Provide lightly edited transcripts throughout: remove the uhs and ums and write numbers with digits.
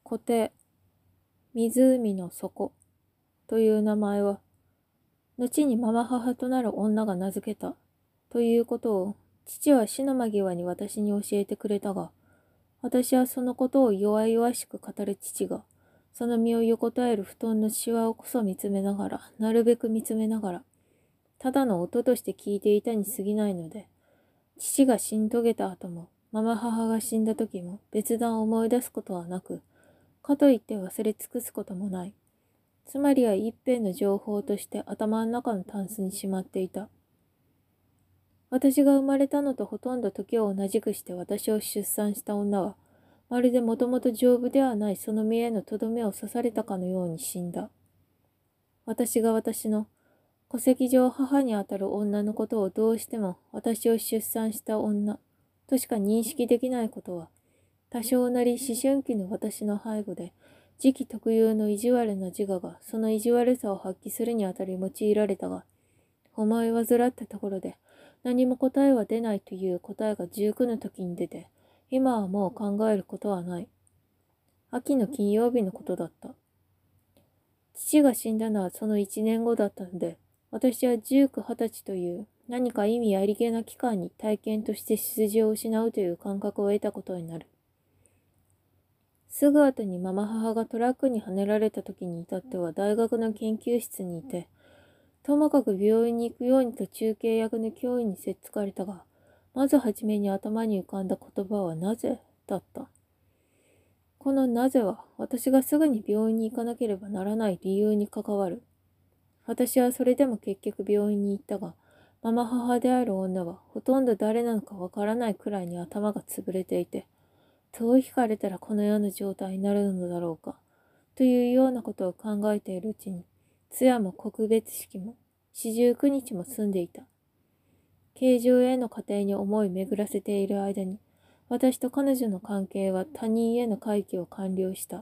湖底、湖の底という名前は、後にママ母となる女が名付けたということを、父は死の間際に私に教えてくれたが、私はそのことを弱々しく語る父が、その身を横たえる布団のシワをこそ見つめながら、なるべく見つめながら、ただの音として聞いていたに過ぎないので、父が死に遂げた後も、ママ母が死んだ時も別段思い出すことはなく、かといって忘れ尽くすこともない。つまりは一辺の情報として頭の中のタンスにしまっていた。私が生まれたのとほとんど時を同じくして私を出産した女は、まるでもともと丈夫ではないその身へのとどめを刺されたかのように死んだ。私が私の戸籍上母にあたる女のことをどうしても私を出産した女としか認識できないことは、多少なり思春期の私の背後で、時期特有の意地悪な自我がその意地悪さを発揮するにあたり用いられたが、思い患ったところで何も答えは出ないという答えが19の時に出て、今はもう考えることはない。秋の金曜日のことだった。父が死んだのはその1年後だったので、私は19、20歳という何か意味ありげな期間に体験として出自を失うという感覚を得たことになる。すぐ後にママ母がトラックにはねられた時に至っては大学の研究室にいて、ともかく病院に行くようにと中継役の教員にせっつかれたが、まずはじめに頭に浮かんだ言葉はなぜだった。このなぜは私がすぐに病院に行かなければならない理由に関わる。私はそれでも結局病院に行ったが、ママ母である女はほとんど誰なのかわからないくらいに頭が潰れていて、どう惹かれたらこのような状態になるのだろうか、というようなことを考えているうちに、通夜も告別式も49日も済んでいた。形状への過程に思い巡らせている間に、私と彼女の関係は他人への回帰を完了した。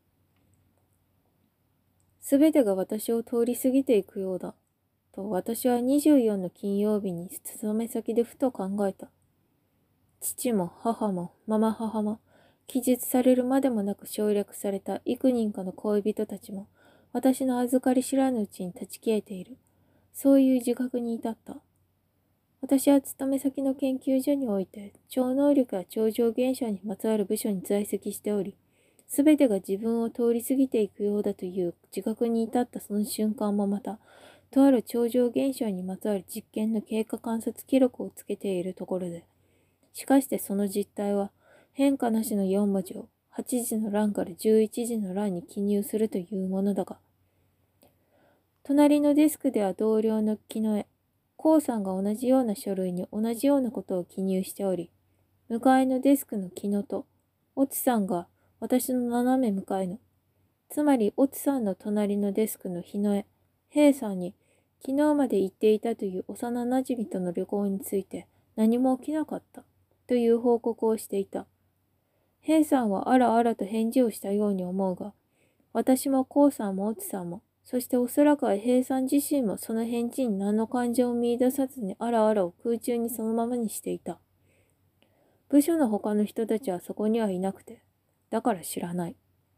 すべてが私を通り過ぎていくようだ、と私は24の金曜日に勤め先でふと考えた。父も母もママ母も、記述されるまでもなく省略された幾人かの恋人たちも、私の預かり知らぬうちに断ち消えている。そういう自覚に至った。私は勤め先の研究所において、超能力や超常現象にまつわる部署に在籍しており、すべてが自分を通り過ぎていくようだという自覚に至ったその瞬間もまた、とある超常現象にまつわる実験の経過観察記録をつけているところで、しかしてその実態は、変化なしの4文字を8時の欄から11時の欄に記入するというものだが、隣のデスクでは同僚の木の絵、コウさんが同じような書類に同じようなことを記入しており、向かいのデスクの木野と、オツさんが私の斜め向かいの、つまりオツさんの隣のデスクの日の絵、ヘイさんに、昨日まで行っていたという幼馴染との旅行について何も起きなかった。という報告をしていた。ヘイさんはあらあらと返事をしたように思うが、私もコウさんもオツさんも、そしておそらくはヘイさん自身もその返事に何の感情を見出さずにあらあらを空中にそのままにしていた。部署の他の人たちはそこにはいなくて、だから知らない。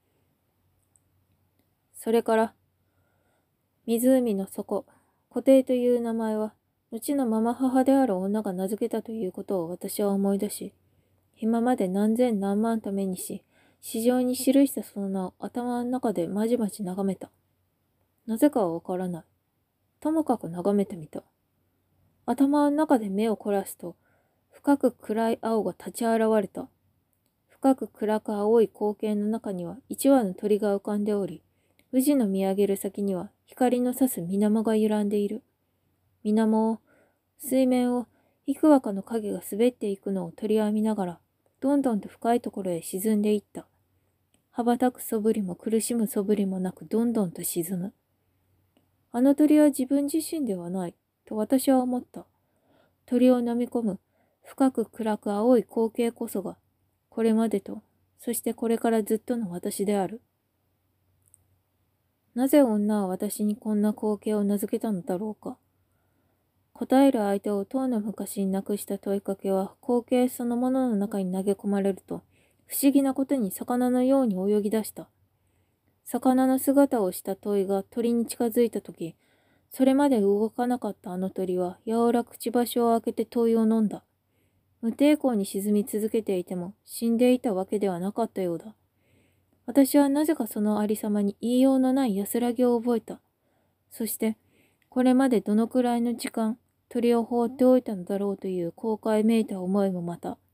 それから、湖の底、湖底という名前は、後のママ母である女が名付けたということを私は思い出し、今まで何千何万と目にし、市場に記したその名を頭の中でまじまじ眺めた。なぜかはわからない。ともかく眺めてみた。頭の中で目を凝らすと、深く暗い青が立ち現れた。深く暗く青い光景の中には一羽の鳥が浮かんでおり、宇治の見上げる先には光の差す水面が揺らんでいる。水面を、水面を幾羽かの影が滑っていくのを鳥は見ながら、どんどんと深いところへ沈んでいった。羽ばたくそぶりも苦しむそぶりもなくどんどんと沈む。あの鳥は自分自身ではない、と私は思った。鳥を飲み込む深く暗く青い光景こそが、これまでと、そしてこれからずっとの私である。なぜ女は私にこんな光景を名付けたのだろうか。答える相手をとうの昔になくした問いかけは光景そのものの中に投げ込まれると、 不思議なことに魚のように泳ぎ出した。魚の姿をした鳥が鳥に近づいたとき、それまで動かなかったあの鳥は柔らくちばしを開けて鳥を飲んだ。無抵抗に沈み続けていても死んでいたわけではなかったようだ。私はなぜかそのありさまに言いようのない安らぎを覚えた。そして、これまでどのくらいの時間、鳥を放っておいたのだろうという後悔めいた思いもまた。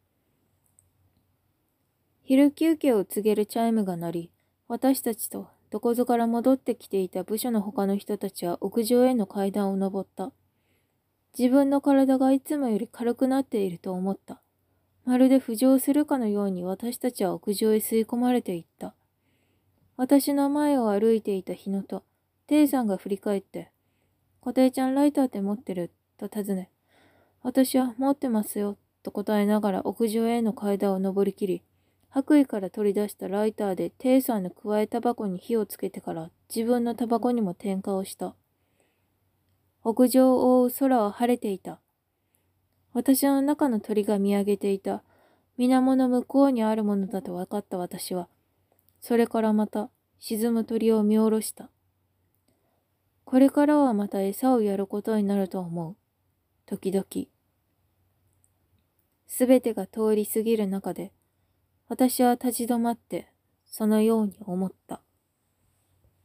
昼休憩を告げるチャイムが鳴り、私たちとどこぞから戻ってきていた部署の他の人たちは屋上への階段を登った。自分の体がいつもより軽くなっていると思った。まるで浮上するかのように私たちは屋上へ吸い込まれていった。私の前を歩いていた日野と、テイさんが振り返って、コテイちゃんライターって持ってると尋ね、私は持ってますよと答えながら屋上への階段を登りきり、白衣から取り出したライターでテイさんのくわえタバコに火をつけてから自分のタバコにも点火をした。屋上を覆う空は晴れていた。私の中の鳥が見上げていた水面の向こうにあるものだと分かった私は、それからまた沈む鳥を見下ろした。これからはまた餌をやることになると思う。時々。すべてが通り過ぎる中で、私は立ち止まって、そのように思った。